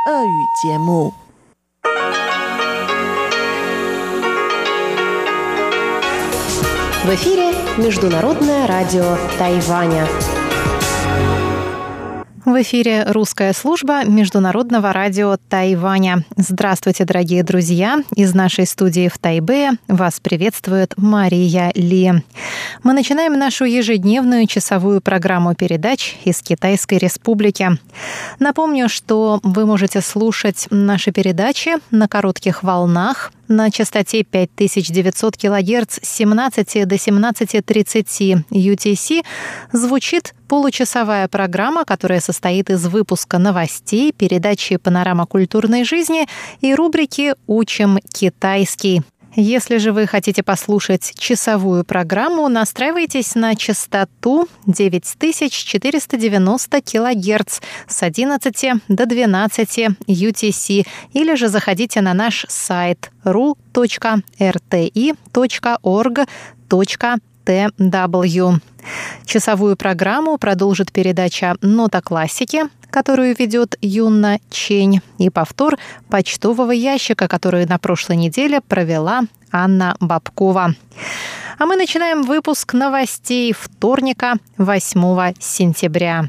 俄语节目。 В эфире Международное радио Тайваня. В эфире русская служба Международного радио Тайваня. Здравствуйте, дорогие друзья! Из нашей студии в Тайбэе вас приветствует Мария Ли. Мы начинаем нашу ежедневную часовую программу передач из Китайской Республики. Напомню, что вы можете слушать наши передачи на коротких волнах на частоте 5900 кГц с 17 до 17:30 UTC. Звучит получасовая программа, которая состоит из выпуска новостей, передачи «Панорама культурной жизни» и рубрики «Учим китайский». Если же вы хотите послушать часовую программу, настраивайтесь на частоту 9490 кГц с 11 до 12 UTC или же заходите на наш сайт ru.rti.org.tw. Часовую программу продолжит передача «Нота классики», которую ведет Юнна Чень, и повтор почтового ящика, который на прошлой неделе провела Анна Бабкова. А мы начинаем выпуск новостей вторника, 8 сентября.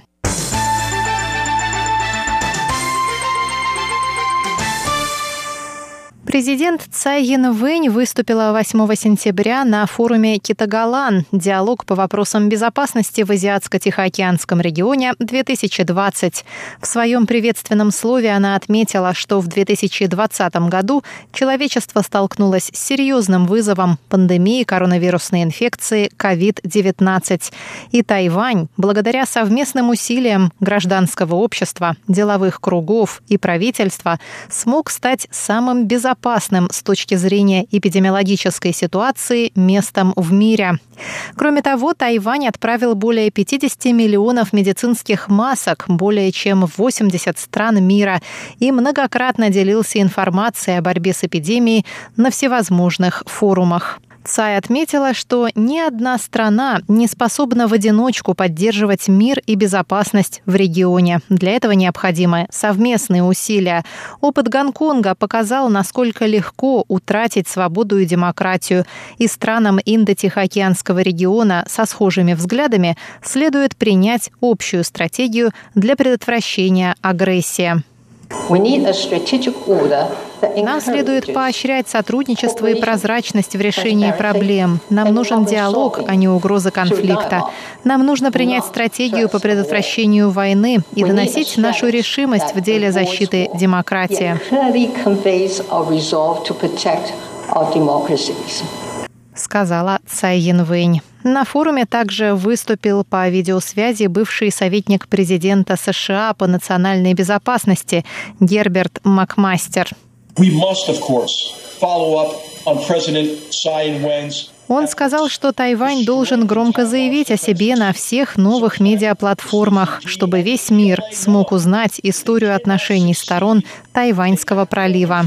Президент Цай Янвэнь выступила 8 сентября на форуме «Китагалан. Диалог по вопросам безопасности в Азиатско-Тихоокеанском регионе 2020». В своем приветственном слове она отметила, что в 2020 году человечество столкнулось с серьезным вызовом пандемии коронавирусной инфекции COVID-19. И Тайвань, благодаря совместным усилиям гражданского общества, деловых кругов и правительства, смог стать самым безопасным с точки зрения эпидемиологической ситуации местом в мире. Кроме того, Тайвань отправил более 50 миллионов медицинских масок более чем в 80 стран мира и многократно делился информацией о борьбе с эпидемией на всевозможных форумах. Цай отметила, что ни одна страна не способна в одиночку поддерживать мир и безопасность в регионе. Для этого необходимы совместные усилия. Опыт Гонконга показал, насколько легко утратить свободу и демократию. И странам Индо-Тихоокеанского региона со схожими взглядами следует принять общую стратегию для предотвращения агрессии. Нам следует поощрять сотрудничество и прозрачность в решении проблем. Нам нужен диалог, а не угроза конфликта. Нам нужно принять стратегию по предотвращению войны и доносить нашу решимость в деле защиты демократии. Сказала Цай Янвэнь. На форуме также выступил по видеосвязи бывший советник президента США по национальной безопасности Герберт Макмастер. Он сказал, что Тайвань должен громко заявить о себе на всех новых медиаплатформах, чтобы весь мир смог узнать историю отношений сторон Тайваньского пролива.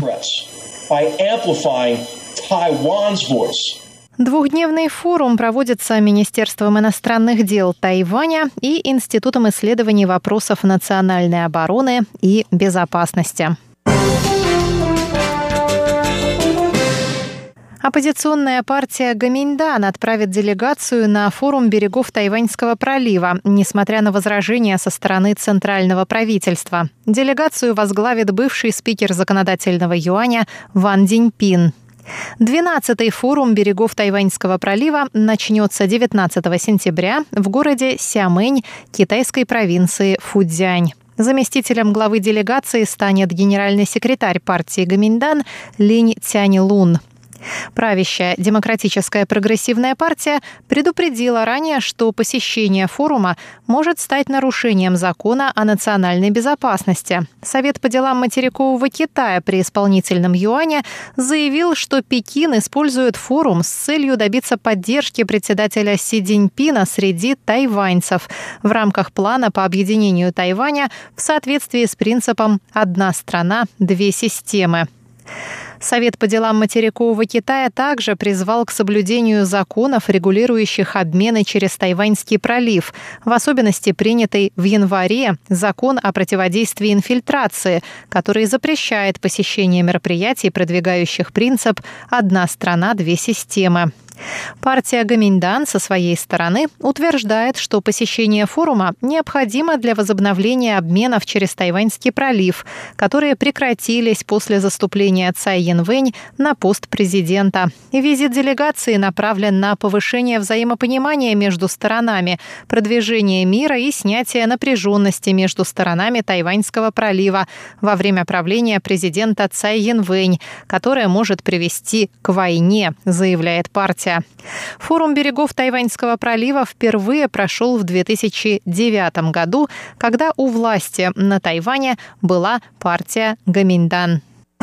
Двухдневный форум проводится Министерством иностранных дел Тайваня и Институтом исследований вопросов национальной обороны и безопасности. Оппозиционная партия Гоминьдан отправит делегацию на форум берегов Тайваньского пролива, несмотря на возражения со стороны центрального правительства. Делегацию возглавит бывший спикер законодательного юаня Ван Диньпин. 12-й форум берегов Тайваньского пролива начнется 19 сентября в городе Сямэнь китайской провинции Фудзянь. Заместителем главы делегации станет генеральный секретарь партии Гоминьдан Линь Цянь-Лун. Правящая Демократическая прогрессивная партия предупредила ранее, что посещение форума может стать нарушением закона о национальной безопасности. Совет по делам материкового Китая при исполнительном юане заявил, что Пекин использует форум с целью добиться поддержки председателя Си Цзиньпина среди тайваньцев в рамках плана по объединению Тайваня в соответствии с принципом «одна страна, две системы». Совет по делам материкового Китая также призвал к соблюдению законов, регулирующих обмены через Тайваньский пролив, в особенности принятый в январе закон о противодействии инфильтрации, который запрещает посещение мероприятий, продвигающих принцип «одна страна, две системы». Партия Гоминьдан со своей стороны утверждает, что посещение форума необходимо для возобновления обменов через Тайваньский пролив, которые прекратились после заступления Цай Янвэнь на пост президента. Визит делегации направлен на повышение взаимопонимания между сторонами, продвижение мира и снятие напряженности между сторонами Тайваньского пролива во время правления президента Цай Янвэнь, которое может привести к войне, заявляет партия. Форум берегов Тайваньского пролива впервые прошел в 2009 году, когда у власти на Тайване была партия Гоминьдан.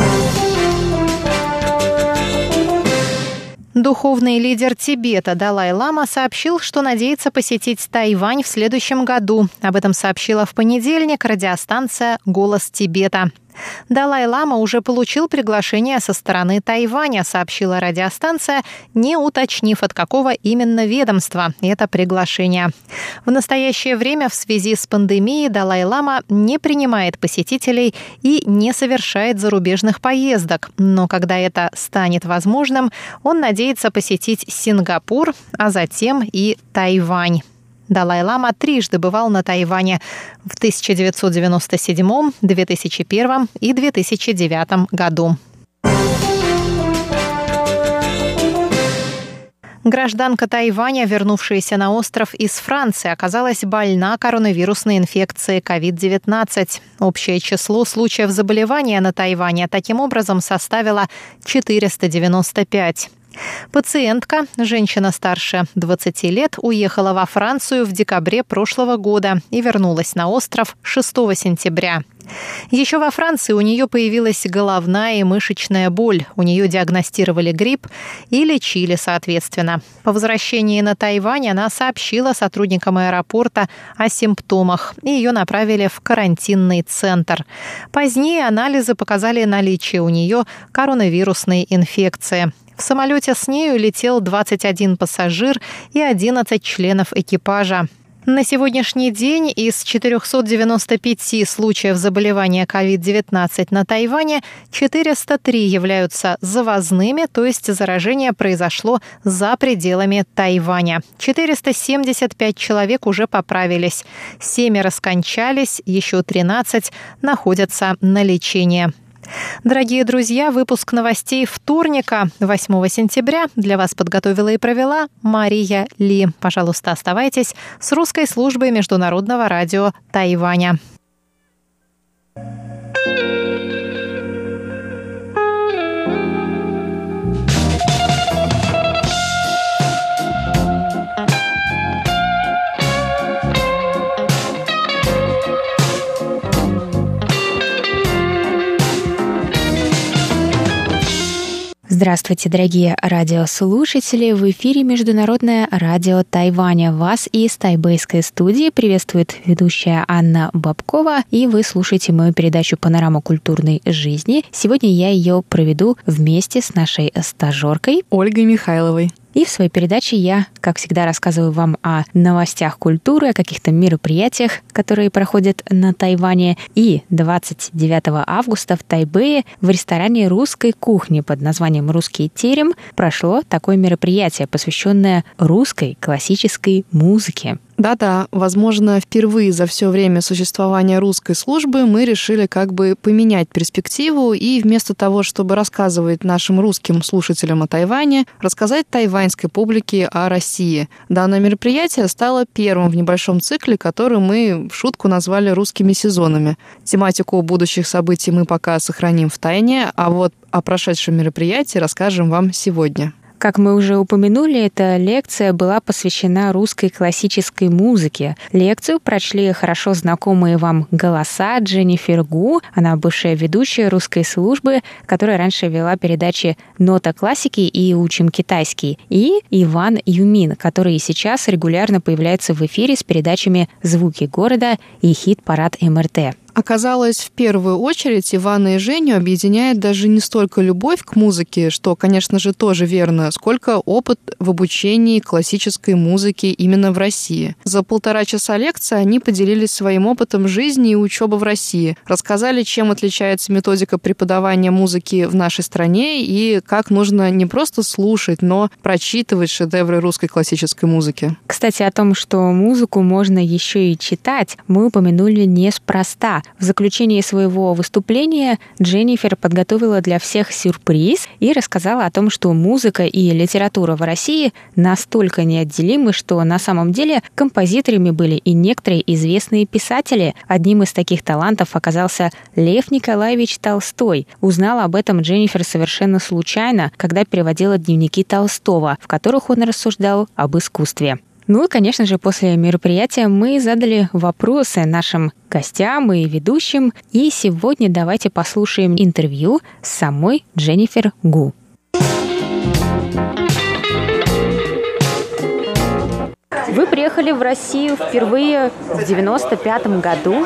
Духовный лидер Тибета Далай-лама сообщил, что надеется посетить Тайвань в следующем году. Об этом сообщила в понедельник радиостанция «Голос Тибета». Далай-лама уже получил приглашение со стороны Тайваня, сообщила радиостанция, не уточнив, от какого именно ведомства это приглашение. В настоящее время в связи с пандемией Далай-лама не принимает посетителей и не совершает зарубежных поездок. Но когда это станет возможным, он надеется посетить Сингапур, а затем и Тайвань. Далай-лама трижды бывал на Тайване в 1997, 2001 и 2009 году. Гражданка Тайваня, вернувшаяся на остров из Франции, оказалась больна коронавирусной инфекцией COVID-19. Общее число случаев заболевания на Тайване таким образом составило 495. Пациентка, женщина старше 20 лет, уехала во Францию в декабре прошлого года и вернулась на остров 6 сентября. Еще во Франции у нее появилась головная и мышечная боль, у нее диагностировали грипп и лечили соответственно. По возвращении на Тайвань она сообщила сотрудникам аэропорта о симптомах, и ее направили в карантинный центр. Позднее анализы показали наличие у нее коронавирусной инфекции. В самолете с нею летел 21 пассажир и 11 членов экипажа. На сегодняшний день из 495 случаев заболевания COVID-19 на Тайване 403 являются завозными, то есть заражение произошло за пределами Тайваня. 475 человек уже поправились, 7 скончались, еще 13 находятся на лечении. Дорогие друзья, выпуск новостей вторника, 8 сентября, для вас подготовила и провела Мария Ли. Пожалуйста, оставайтесь с русской службой Международного радио Тайваня. Здравствуйте, дорогие радиослушатели! В эфире Международное радио Тайваня. Вас из тайбэйской студии приветствует ведущая Анна Бабкова, и вы слушаете мою передачу «Панорама культурной жизни». Сегодня я ее проведу вместе с нашей стажеркой Ольгой Михайловой. И в своей передаче я, как всегда, рассказываю вам о новостях культуры, о каких-то мероприятиях, которые проходят на Тайване. И 29 августа в Тайбэе в ресторане русской кухни под названием «Русский терем» прошло такое мероприятие, посвященное русской классической музыке. Да-да, возможно, впервые за все время существования русской службы мы решили как бы поменять перспективу и вместо того, чтобы рассказывать нашим русским слушателям о Тайване, рассказать тайваньской публике о России. Данное мероприятие стало первым в небольшом цикле, который мы в шутку назвали «русскими сезонами». Тематику будущих событий мы пока сохраним в тайне, а вот о прошедшем мероприятии расскажем вам сегодня. Как мы уже упомянули, эта лекция была посвящена русской классической музыке. Лекцию прочли хорошо знакомые вам голоса Дженнифер Гу, она бывшая ведущая русской службы, которая раньше вела передачи «Нота классики» и «Учим китайский», и Иван Юмин, который сейчас регулярно появляется в эфире с передачами «Звуки города» и «Хит-парад МРТ». Оказалось, в первую очередь Ивана и Женю объединяет даже не столько любовь к музыке, что, конечно же, тоже верно, сколько опыт в обучении классической музыки именно в России. За 1,5 часа лекции они поделились своим опытом жизни и учебы в России, рассказали, чем отличается методика преподавания музыки в нашей стране и как нужно не просто слушать, но прочитывать шедевры русской классической музыки. Кстати, о том, что музыку можно еще и читать, мы упомянули неспроста. В заключении своего выступления Дженнифер подготовила для всех сюрприз и рассказала о том, что музыка и литература в России настолько неотделимы, что на самом деле композиторами были и некоторые известные писатели. Одним из таких талантов оказался Лев Николаевич Толстой. Узнала об этом Дженнифер совершенно случайно, когда переводила дневники Толстого, в которых он рассуждал об искусстве. Ну и, конечно же, после мероприятия мы задали вопросы нашим гостям и ведущим. И сегодня давайте послушаем интервью с самой Дженнифер Гу. Вы приехали в Россию впервые в 1995 году.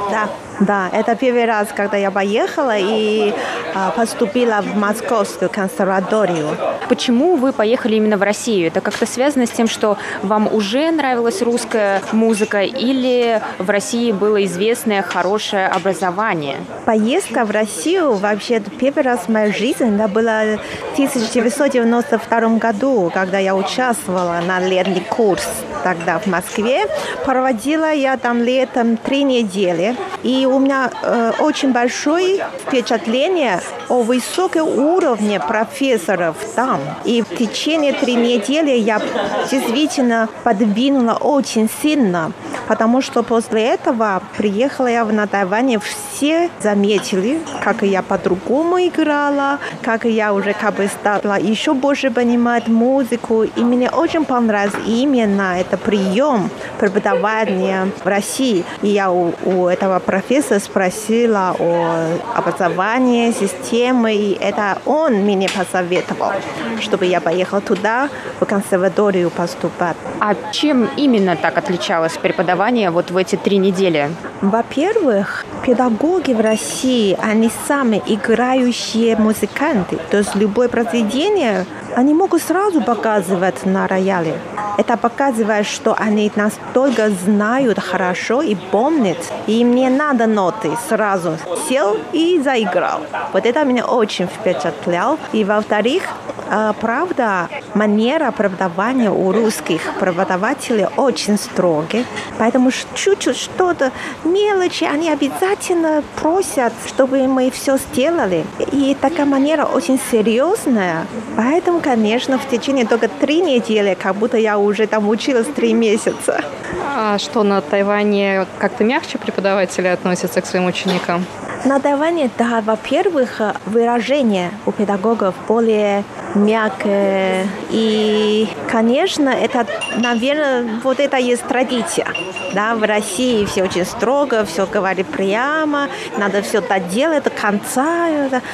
Да, это первый раз, когда я поехала и поступила в Московскую консерваторию. Почему вы поехали именно в Россию? Это как-то связано с тем, что вам уже нравилась русская музыка, или в России было известное хорошее образование? Поездка в Россию вообще первый раз в моей жизни, это было в 1992 году, когда я участвовала на летний курс тогда в Москве. Проводила я там летом 3 недели. И у меня очень большое впечатление о высоком уровне профессоров там. И в течение 3 недели я действительно подвинула очень сильно, потому что после этого приехала я на Тайвань, все заметили, как я по-другому играла, как я уже стала еще больше понимать музыку. И мне очень понравился именно этот прием преподавания в России. И я у этого профессора спросила о образовании, системе, и это он мне посоветовал, чтобы я поехала туда, в консерваторию поступать. А чем именно так отличалось преподавание вот в эти 3 недели? Во-первых, педагоги в России, они сами играющие музыканты. То есть любое произведение они могут сразу показывать на рояле. Это показывает, что они настолько знают хорошо и помнят. И им не надо ноты. Сразу сел и заиграл. Вот это меня очень впечатляло. И во-вторых, правда, манера преподавания у русских преподавателей очень строгая. Поэтому чуть-чуть что-то, мелочи, они обязательно просят, чтобы мы все сделали. И такая манера очень серьезная. Поэтому, конечно, в течение только 3 недели, как будто я уже там училась 3 месяца. А что, на Тайване как-то мягче преподаватели относятся к своим ученикам? На Тайване, да, во-первых, выражение у педагогов более мягкое. И, конечно, это, наверное, вот это есть традиция. Да, в России все очень строго, все говорит прямо, надо все так делать до конца.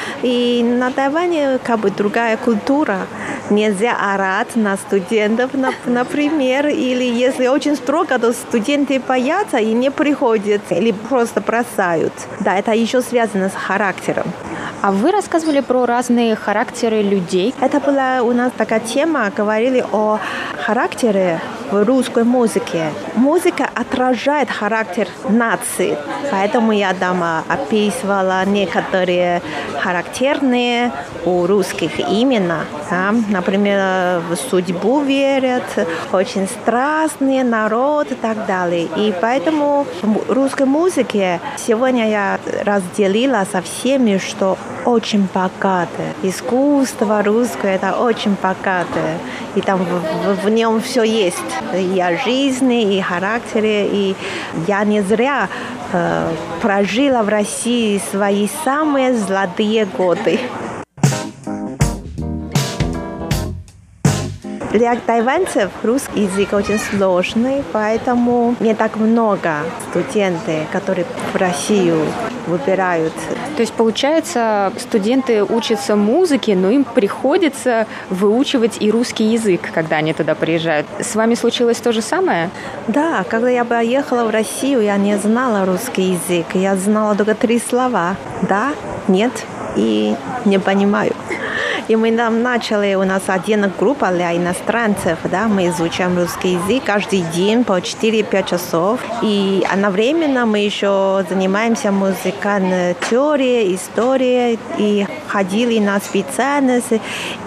И на Тайване другая культура. Нельзя орать на студентов, например, или если очень строго, то студенты боятся и не приходят, или просто бросают. Да, это еще связано с характером. А вы рассказывали про разные характеры людей. Это была у нас такая тема, говорили о характере в русской музыке. Музыка отражает характер нации, поэтому я там описывала некоторые характерные у русских именно. Да? Например, в судьбу верят, очень страстный народ и так далее. И поэтому в русской музыке сегодня я разделила со всеми, что очень богатое. Искусство русское – это очень богатое. И там в нем все есть. И о жизни, и характере. И я не зря прожила в России свои самые золотые годы. Для тайваньцев русский язык очень сложный, поэтому не так много студентов, которые в Россию выбирают. То есть, получается, студенты учатся музыке, но им приходится выучивать и русский язык, когда они туда приезжают. С вами случилось то же самое? Да, когда я поехала в Россию, я не знала русский язык. Я знала только 3 слова. Да, нет и не понимаю. И мы там начали, у нас отдельная группа для иностранцев, да, мы изучаем русский язык каждый день по 4-5 часов. И одновременно мы еще занимаемся музыкальной теорией, историей, и ходили на специальности,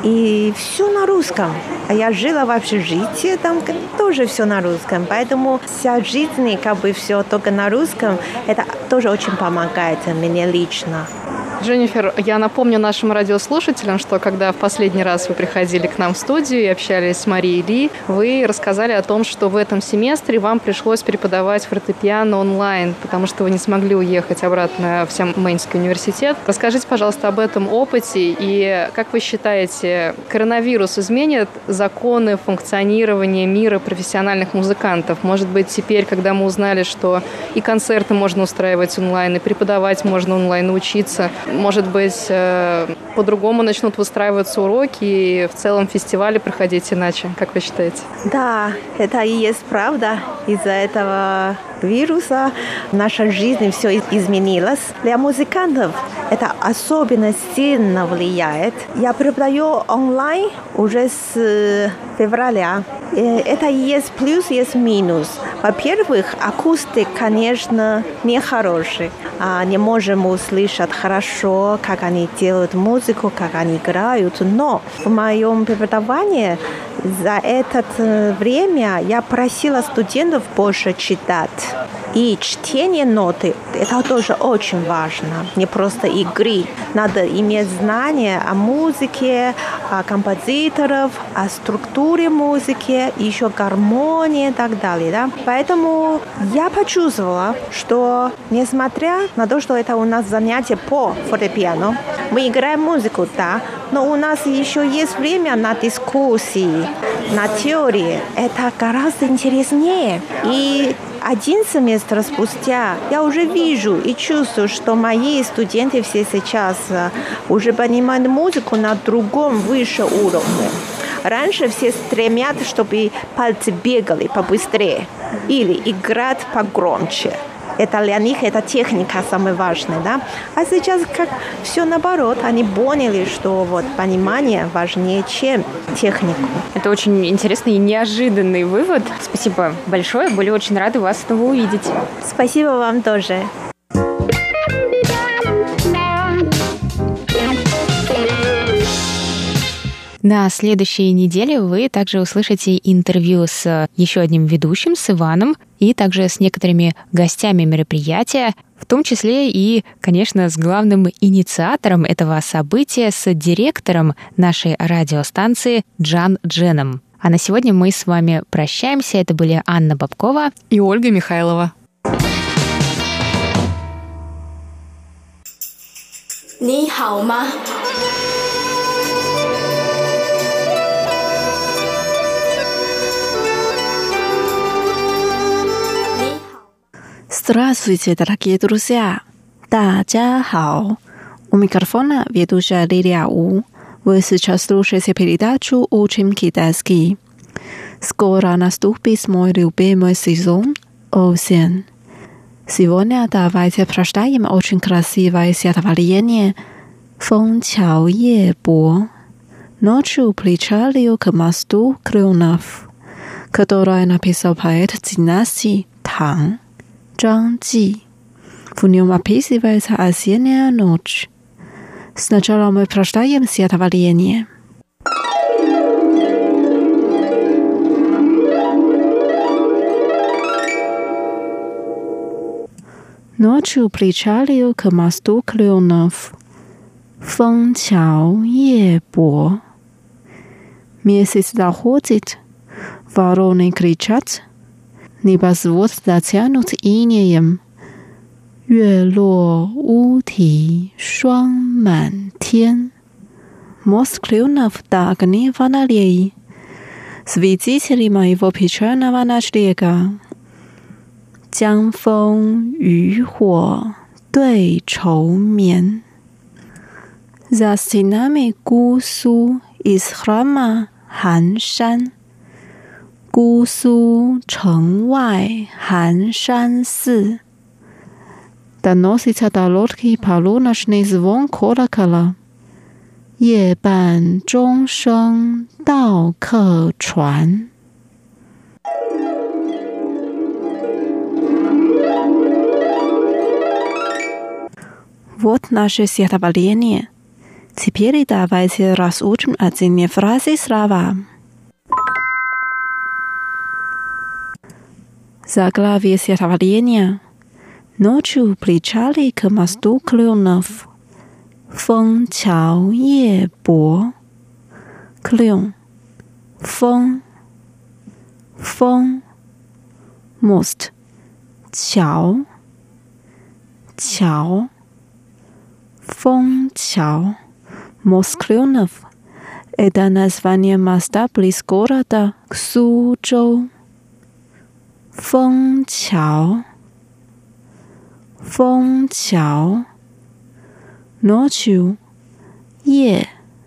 и все на русском. А я жила в общежитии, там тоже все на русском, поэтому вся жизнь, как бы все только на русском, это тоже очень помогает мне лично. Дженнифер, я напомню нашим радиослушателям, что когда в последний раз вы приходили к нам в студию и общались с Марией Ли, вы рассказали о том, что в этом семестре вам пришлось преподавать фортепиано онлайн, потому что вы не смогли уехать обратно в Сямэньский университет. Расскажите, пожалуйста, об этом опыте и как вы считаете, коронавирус изменит законы функционирования мира профессиональных музыкантов? Может быть, теперь, когда мы узнали, что и концерты можно устраивать онлайн, и преподавать можно онлайн, учиться, может быть, по-другому начнут выстраиваться уроки и в целом фестивали проходить иначе, как вы считаете? Да, это и есть правда. Из-за этого вируса наша жизнь все изменилась. Для музыкантов это особенно сильно влияет. Я преподаю онлайн уже с февраля. Это есть плюс, есть минус. Во-первых, акустик, конечно, нехороший. Не можем услышать хорошо, как они делают музыку, как они играют. Но в моем преподавании за это время я просила студентов больше читать. И чтение ноты – это тоже очень важно. Не просто игры. Надо иметь знания о музыке, о композиторах, о структуре музыки, еще гармонии и так далее. Да? Поэтому я почувствовала, что несмотря на то, что это у нас занятие по фортепиано, мы играем музыку, да, но у нас еще есть время на дискуссии, на теории. Это гораздо интереснее. И 1 семестр спустя я уже вижу и чувствую, что мои студенты все сейчас уже понимают музыку на другом, выше уровне. Раньше все стремятся, чтобы пальцы бегали побыстрее или играть погромче. Это для них эта техника самая важная, да? А сейчас как все наоборот, они поняли, что вот понимание важнее, чем технику. Это очень интересный и неожиданный вывод. Спасибо большое, были очень рады вас снова увидеть. Спасибо вам тоже. На следующей неделе вы также услышите интервью с еще одним ведущим, с Иваном, и также с некоторыми гостями мероприятия, в том числе и, конечно, с главным инициатором этого события, с директором нашей радиостанции Джан Дженом. А на сегодня мы с вами прощаемся. Это были Анна Бабкова и Ольга Михайлова. 你好吗？ Здравствуйте, дорогие друзья! 大家好! У микрофона ведущая Лилия У. Вы сейчас слушаете передачу «Учим китайский». Скоро наступит мой любимый сезон – осень. Сегодня давайте прочитаем очень красивое стихотворение «Фэн чао е бо». Ночью причалил к мосту Клюнов, которое написал поэт династии Тang. Чжан Цзи. В нем описывается осенняя ночь. Сначала мы прочитаем стихотворение. Ночью причалил к мосту Клюнов. Фэн чао е бо. Месяц заходит, вороны кричат, небосвод затянут инеем. 月落乌啼霜满天. Мост Клюнов так гневно лей. свидетели моего печального ночлега. 江枫渔火对愁眠 За стенами Гусу из храма寒山 Гусу 城外寒山寺 Доносится до лодки полуночный звон колокола 夜半钟声到客船 Вот наше стихотворение. Теперь давайте разучим отдельные фразы и слова. Заглавие стихотворения. Ночью причали к мосту Клёнов. Фэн чао е бо. Клён. Фэн. Фэн. Мост. Чао. Чао. Фэн чао. Мост Клёнов. Это название моста близ города Сузhou. Фэн чао. Фэн чао. Ночью. Е.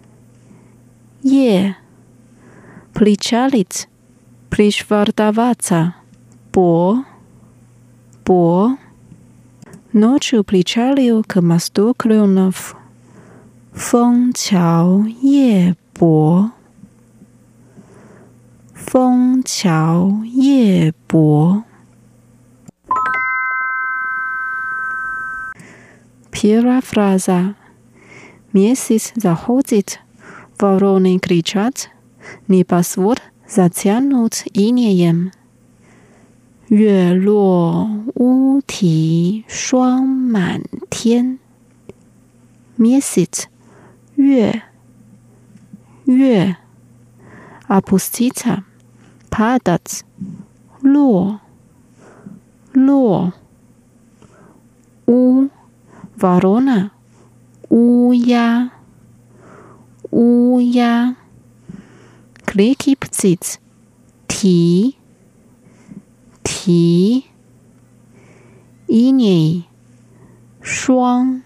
Е. Причалить. Пришвартоваться. Бо. Бо. Ночью причалил к мосту Клёнов. Фэн чао е бо. Фэн чао е бо. Первая фраза. Месяц заходит, вороны кричат, небосвод затянут инеем. 月落乌啼霜满天 Месяц 月 月 Опуститься падать 落 落 У ворона 乌鸦 乌鸦 Крики птиц 啼 啼 иней 霜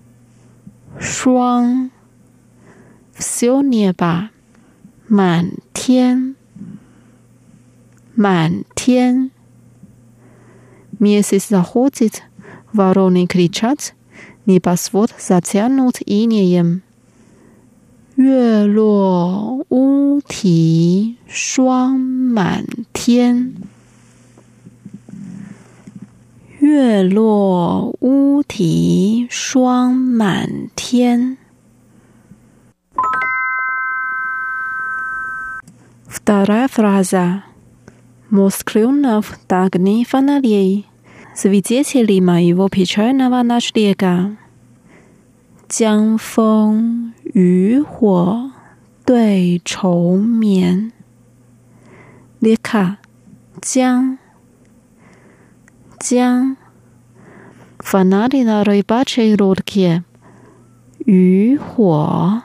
霜 все небо 满天 满天 Месяц заходит, вороны кричат, небосвод затянут инеем. 月落乌啼霜满天 月落乌啼霜满天 Вторая фраза. Мост Клёнов до огней фонарей. Свидетели моего печального ночлега. 江枫渔火对愁眠 Река. 江 江 Фонари на рыбачьей лодке. 渔火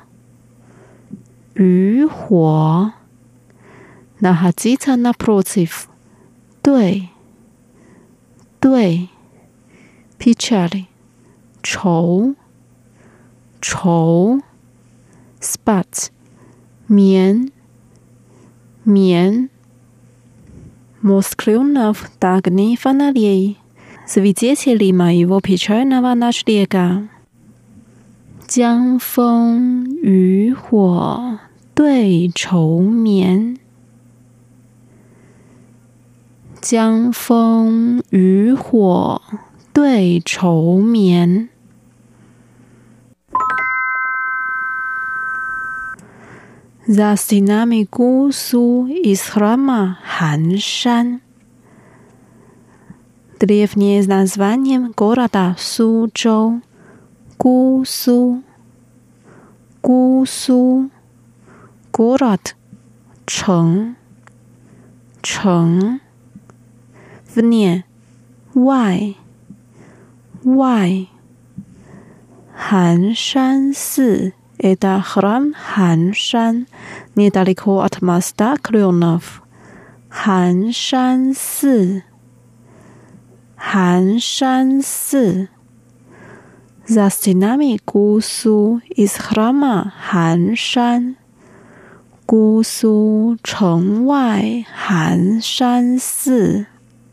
渔火 Находиться напротив. 对 对 Печали. 愁 愁 Спать. 眠 眠 Мост Клёнов до огней фонарей. Свидетели моего печального ночлега. 江枫渔火对愁眠 江枫渔火对愁眠 За стенами Гусу из храма Ханшан. Древнее название города Сузhou. Гусу. Гусу. Город. Чэн. Чэн. Вне. Вай. Вай. Ханшан Си. это храм Ханшан, недалеко от моста Кленов. Ханшан-Сы. Ханшан-Сы. За стенами Гусу из храма Ханшан. Гусу Чэнвай Ханшан-Сы.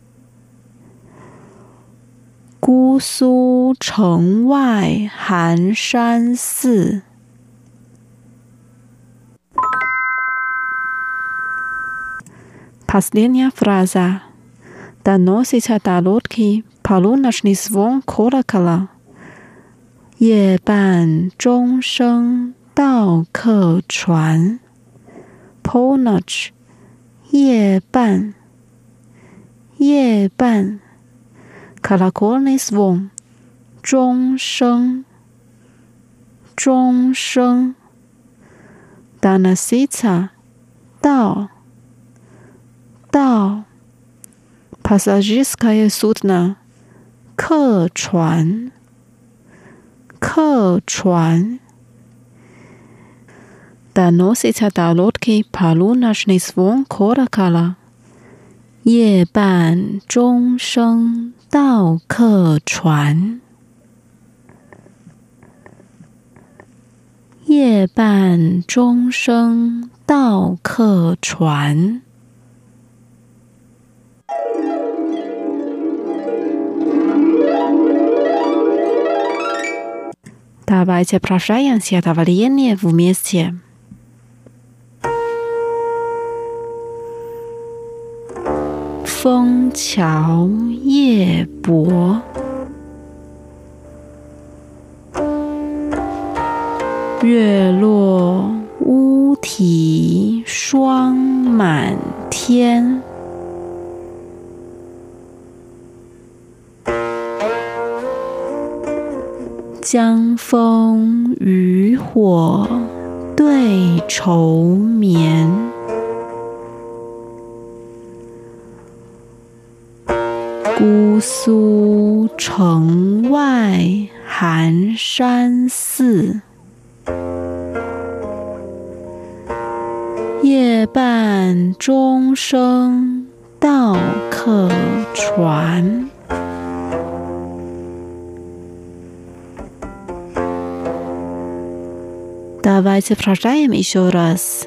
Гусу Чэнвай Ханшан-Сы. Последняя фраза. Доносится до лодки полуночный звон колокола. 夜半钟声到客船. Полночь. 夜半. 夜半. Колокольный звон. 钟声. 钟声. Доносится. 到. 到. Пассажирское судно. 客船. 客船. Доносится до лодки полуночный звон колокола. 夜半钟声到客船. 夜半钟声到客船. Давайте прощаемся до влияния вместе. 枫桥夜泊，月落乌啼霜满天。江枫渔火对愁眠。姑苏城外寒山寺，夜半钟声到客船。Давайте прощаем еще раз.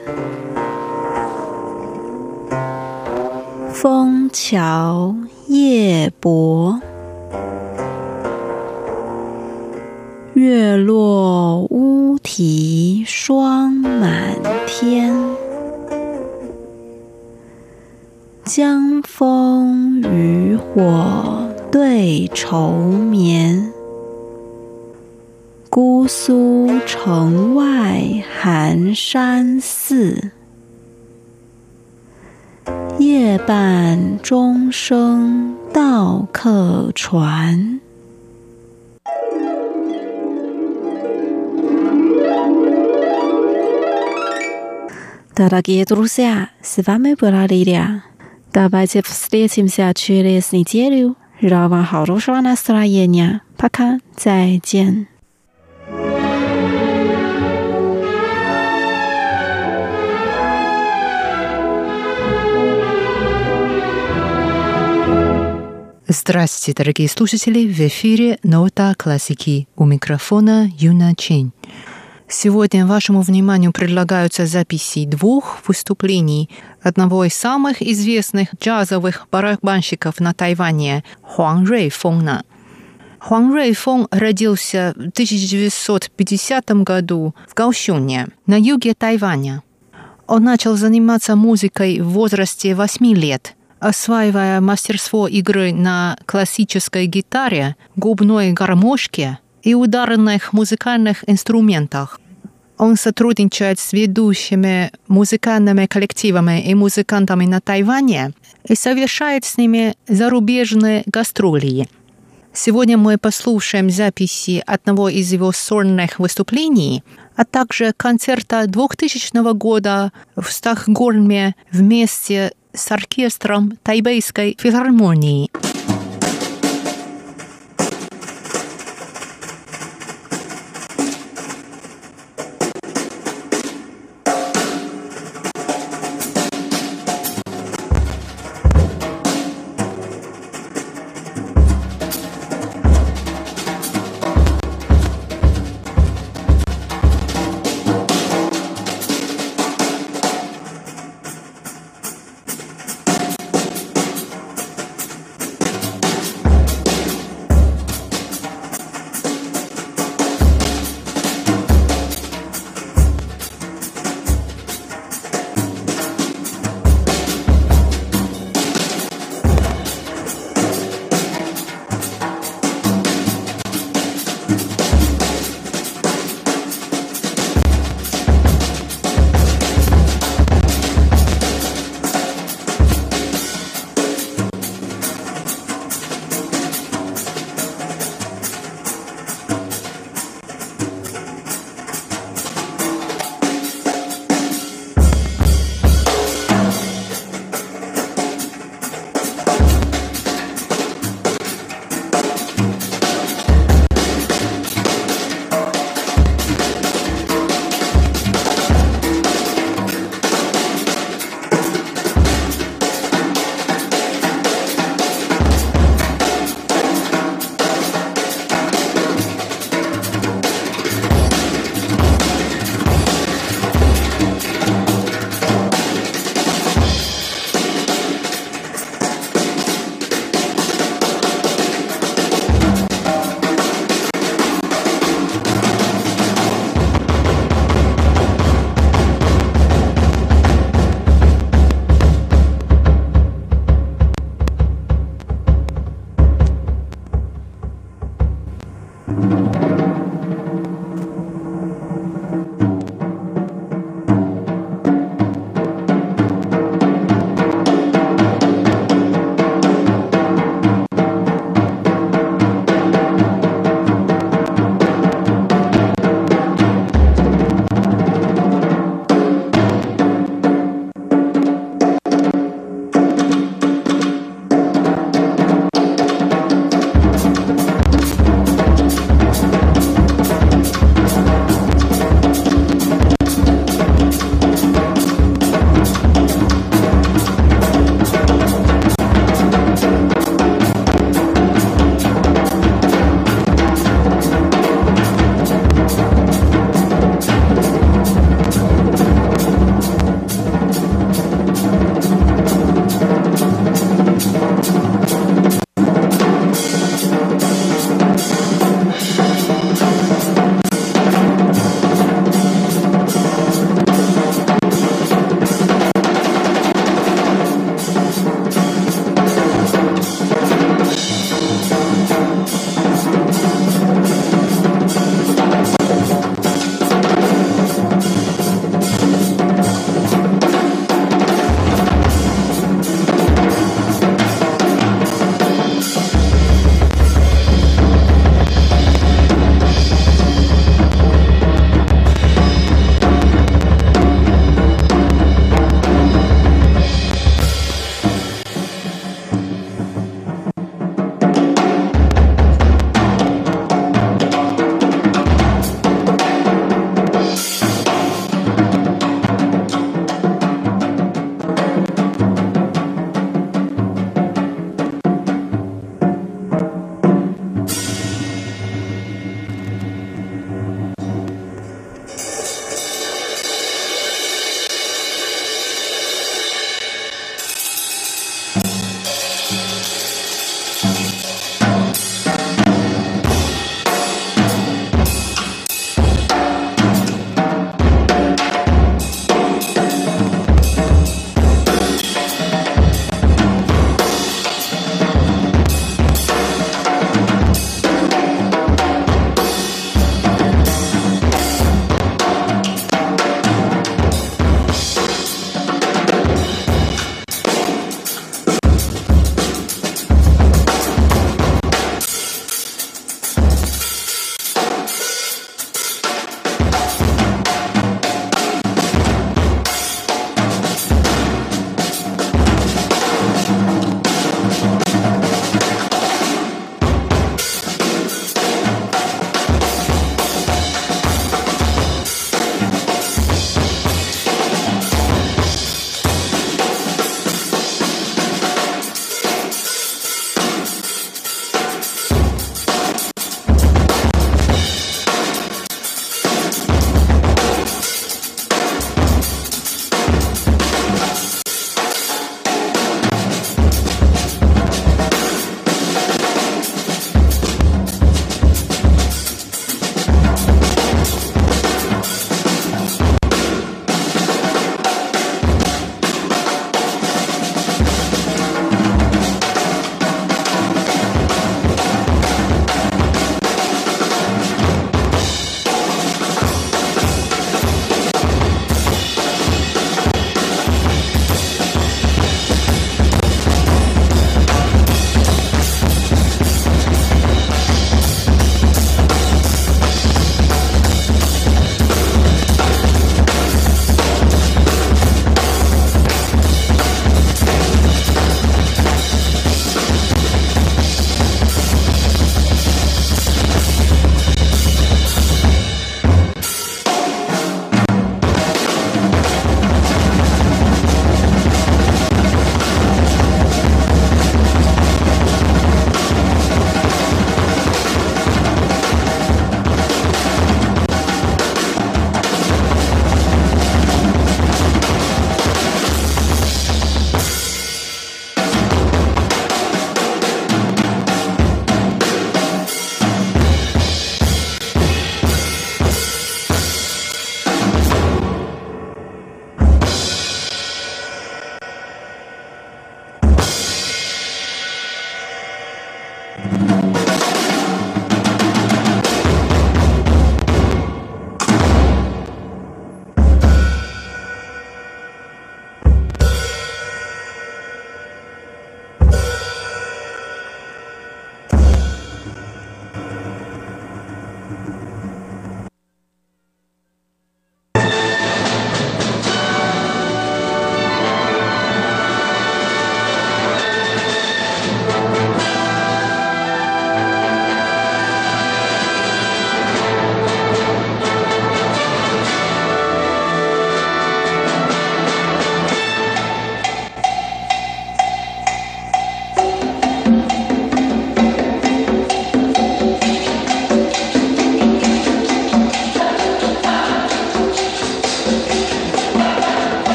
枫桥夜泊，月落乌啼霜满天。江枫渔火对愁眠。姑苏城外寒山寺，夜半钟声到客船。Дорогие друзья, с вами была Лилия. Давайте встретимся через неделю. Желаю вам хорошего настроения. Пока, 再见。 Здравствуйте, дорогие слушатели! В эфире «Нота классики». У микрофона Юна Чень. Сегодня вашему вниманию предлагаются записи двух выступлений одного из самых известных джазовых барабанщиков на Тайване Хуан Руйфона. Хуан Руйфон родился в 1950 году в Гаосюне, на юге Тайваня. Он начал заниматься музыкой в возрасте 8 лет, осваивая мастерство игры на классической гитаре, губной гармошке и ударных музыкальных инструментах. Он сотрудничает с ведущими музыкальными коллективами и музыкантами на Тайване и совершает с ними зарубежные гастроли. Сегодня мы послушаем записи одного из его сольных выступлений, а также концерта 2000 года в Стокгольме вместе с оркестром Тайбэйской филармонии.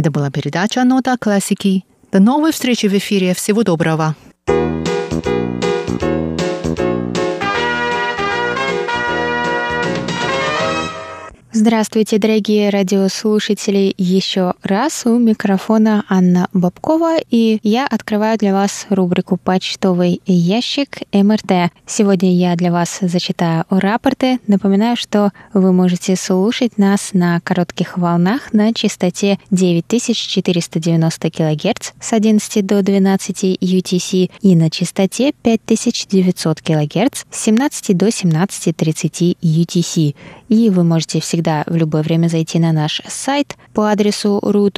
Это была передача «Нота классики». До новой встречи в эфире. Всего доброго. Здравствуйте, дорогие радиослушатели! Еще раз у микрофона Анна Бабкова, и я открываю для вас рубрику «Почтовый ящик МРТ». Сегодня я для вас зачитаю рапорты. Напоминаю, что вы можете слушать нас на коротких волнах на частоте 9490 кГц с 11 до 12 UTC и на частоте 5900 кГц с 17 до 17:30 UTC. И вы можете всегда в любое время зайти на наш сайт по адресу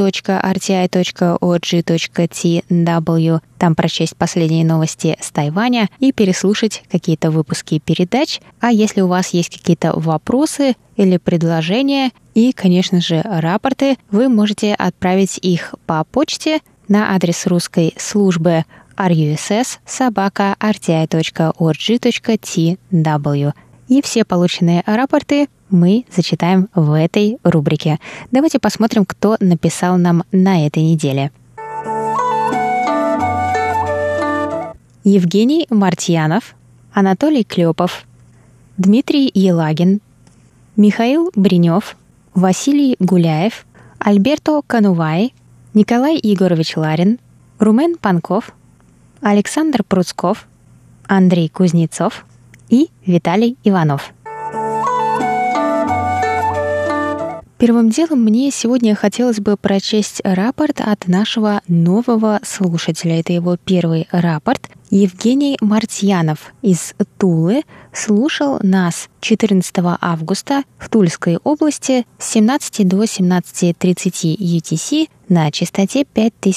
ru.rti.org.tw, там прочесть последние новости с Тайваня и переслушать какие-то выпуски передач. А если у вас есть какие-то вопросы или предложения и, конечно же, рапорты, вы можете отправить их по почте на адрес русской службы russ@rti.org.tw. И все полученные рапорты мы зачитаем в этой рубрике. Давайте посмотрим, кто написал нам на этой неделе. Евгений Мартьянов, Анатолий Клепов, Дмитрий Елагин, Михаил Бринев, Василий Гуляев, Альберто Канувай, Николай Егорович Ларин, Румен Панков, Александр Пруцков, Андрей Кузнецов и Виталий Иванов. Первым делом мне сегодня хотелось бы прочесть рапорт от нашего нового слушателя. Это его первый рапорт. Евгений Мартьянов из Тулы слушал нас 14 августа в Тульской области с 17 до 17:30 UTC на частоте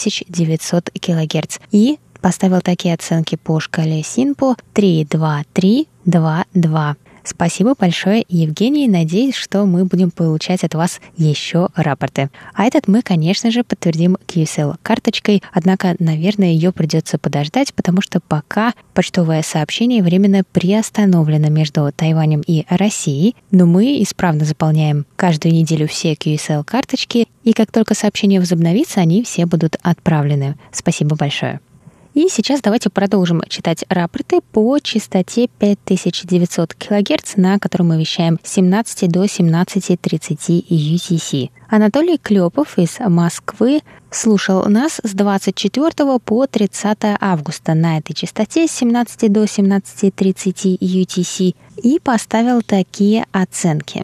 5900 кГц и поставил такие оценки по шкале Синпо 3, 2, 3, 2, 2. Спасибо большое, Евгений. Надеюсь, что мы будем получать от вас еще рапорты. А этот мы, конечно же, подтвердим QSL-карточкой, однако, наверное, ее придется подождать, потому что пока почтовое сообщение временно приостановлено между Тайванем и Россией, но мы исправно заполняем каждую неделю все QSL-карточки, и как только сообщение возобновится, они все будут отправлены. Спасибо большое. И сейчас давайте продолжим читать рапорты по частоте 5900 кГц, на которой мы вещаем с 17 до 17:30 UTC. Анатолий Клепов из Москвы слушал нас с 24 по 30 августа на этой частоте с 17 до 17:30 UTC и поставил такие оценки.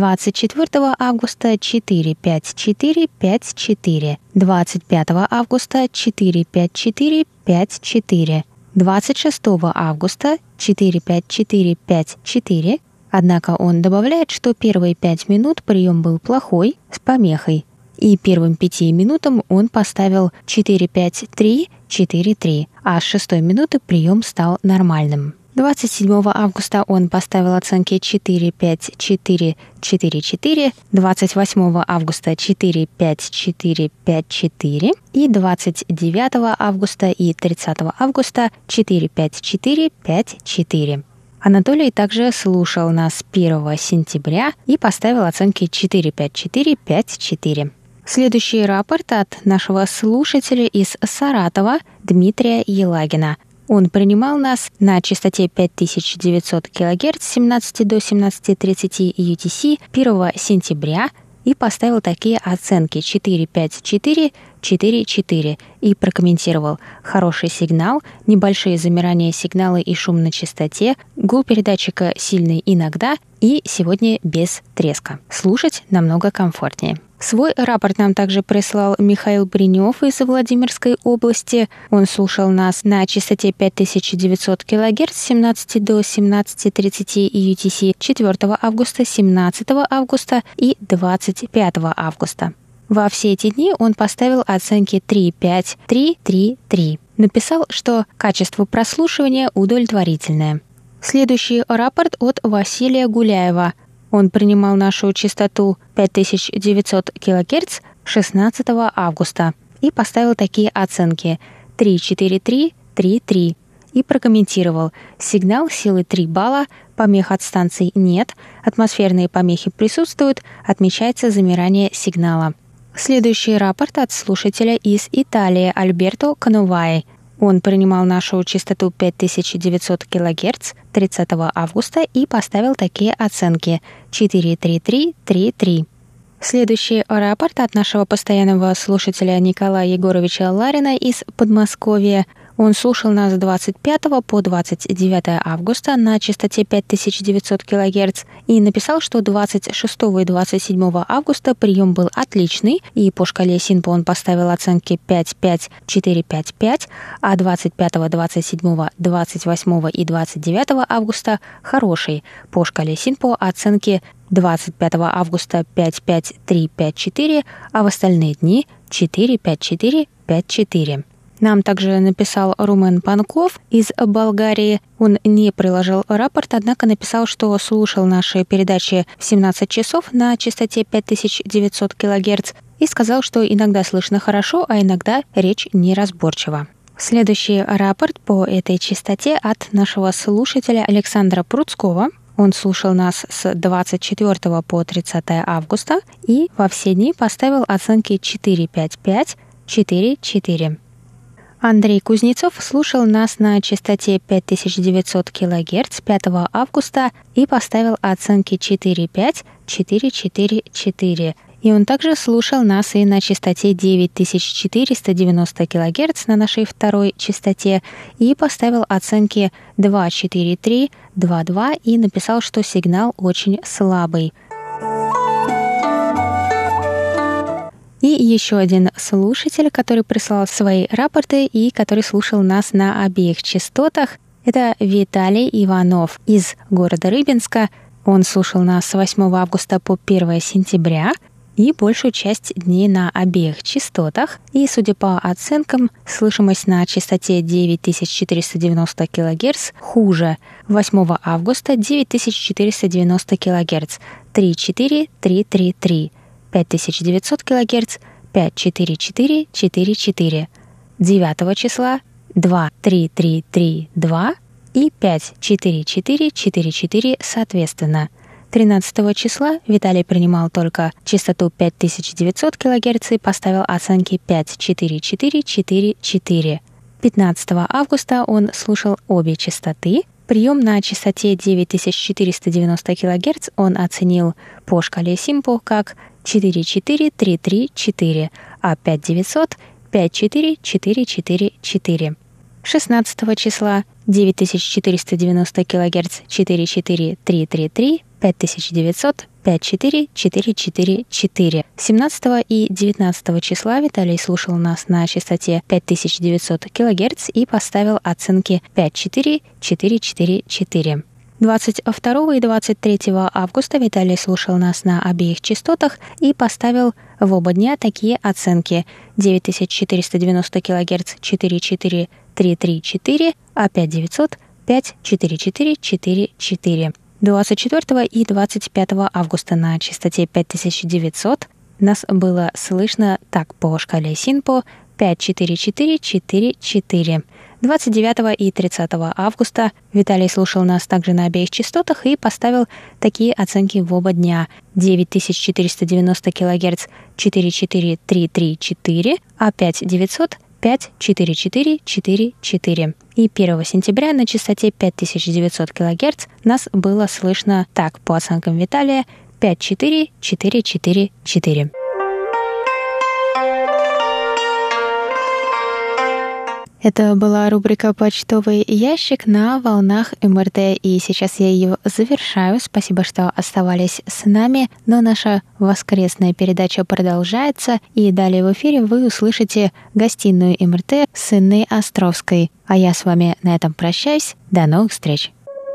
24 августа 454 54, 25 августа 454 54, 26 августа 454 54, однако он добавляет, что первые 5 минут прием был плохой, с помехой, и первым 5 минутам он поставил 453 43, а с 6 минуты прием стал нормальным. 27 августа он поставил оценки 4, 5, 4, 4, 4, 28 августа 4, 5, 4, 5, 4 и 29 августа и 30 августа 4, 5, 4, 5, 4. Анатолий также слушал нас 1 сентября и поставил оценки 4, 5, 4, 5, 4. Следующий рапорт от нашего слушателя из Саратова Дмитрия Елагина. Он принимал нас на частоте 5900 кГц с 17 до 17:30 UTC 1 сентября и поставил такие оценки 4, 5, 4, 4, 4 и прокомментировал: хороший сигнал, небольшие замирания сигнала и шум на частоте, гул передатчика сильный иногда и сегодня без треска. Слушать намного комфортнее. Свой рапорт нам также прислал Михаил Бринев из Владимирской области. Он слушал нас на частоте 5900 кГц с 17 до 17:30 UTC 4 августа, 17 августа и 25 августа. Во все эти дни он поставил оценки 3, 5, 3, 3, 3. Написал, что качество прослушивания удовлетворительное. Следующий рапорт от Василия Гуляева. Он принимал нашу частоту 5900 кГц 16 августа и поставил такие оценки 3, 4, 3, 3, 3 и прокомментировал: сигнал силы 3 балла, помех от станций нет, атмосферные помехи присутствуют, отмечается замирание сигнала. Следующий рапорт от слушателя из Италии Альберто Канувай. Он принимал нашу частоту 5900 кГц 30 августа и поставил такие оценки 43333. Следующий рапорт от нашего постоянного слушателя Николая Егоровича Ларина из Подмосковья. Он слушал нас с 25 по 29 августа на частоте 5900 кГц и написал, что 26 и 27 августа прием был отличный, и по шкале СИНПО он поставил оценки 5, 5, 4, 5, 5, а 25, 27, 28 и 29 августа хороший. По шкале СИНПО оценки 25 августа 5, 5, 3, 5, 4, а в остальные дни 4, 5, 4, 5, 4. Нам также написал Румен Панков из Болгарии. Он не приложил рапорт, однако написал, что слушал наши передачи в 17 часов на частоте 5900 кГц и сказал, что иногда слышно хорошо, а иногда речь неразборчива. Следующий рапорт по этой частоте от нашего слушателя Александра Пруцкого. Он слушал нас с 24 по 30 августа и во все дни поставил оценки 4, 5, 5, 4, 4. Андрей Кузнецов слушал нас на частоте 5900 кГц 5 августа и поставил оценки 4, 5, 4, 4, 4. И он также слушал нас и на частоте 9490 кГц на нашей второй частоте и поставил оценки 2, 4, 3, 2, 2 и написал, что сигнал очень слабый. И еще один слушатель, который прислал свои рапорты и который слушал нас на обеих частотах, это Виталий Иванов из города Рыбинска. Он слушал нас с 8 августа по 1 сентября и большую часть дней на обеих частотах. И, судя по оценкам, слышимость на частоте 9490 кГц хуже. 8 августа 9490 кГц 34333. 5900 кГц 54444. 9 числа 23332 и 54444 соответственно. 13 числа Виталий принимал только частоту 5900 кГц и поставил оценки 54444. 15 августа он слушал обе частоты. Прием на частоте 9490 кГц он оценил по шкале СИНПО как 44334, а 5900 54444. 16 числа 9490 кГц 44333, 5900 54444. 17 и 19 числа Виталий слушал нас на частоте 5900 кГц и поставил оценки 54444. 22 и 23 августа Виталий слушал нас на обеих частотах и поставил в оба дня такие оценки: 9490 кГц 44334, а 5900 54444. 24 и 25 августа на частоте 5900 нас было слышно так по шкале СИНПО 54444. 29 и 30 августа Виталий слушал нас также на обеих частотах и поставил такие оценки в оба дня: 9490 кГц 44334, а 5900 54444. И 1 сентября на частоте 5900 кГц нас было слышно так по оценкам Виталия 54444. Это была рубрика «Почтовый ящик» на волнах МРТ, и сейчас я ее завершаю. Спасибо, что оставались с нами, но наша воскресная передача продолжается, и далее в эфире вы услышите гостиную МРТ с Инной Островской. А я с вами на этом прощаюсь. До новых встреч!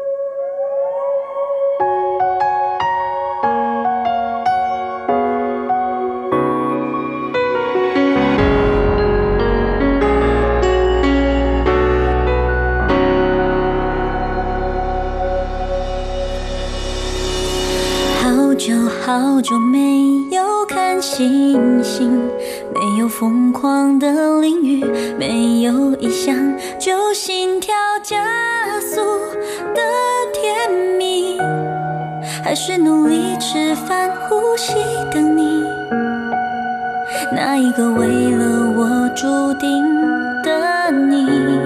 好久没有看星星，没有疯狂的淋雨，没有异乡，就心跳加速的甜蜜，还是努力吃饭呼吸等你， 那一个为了我注定的你。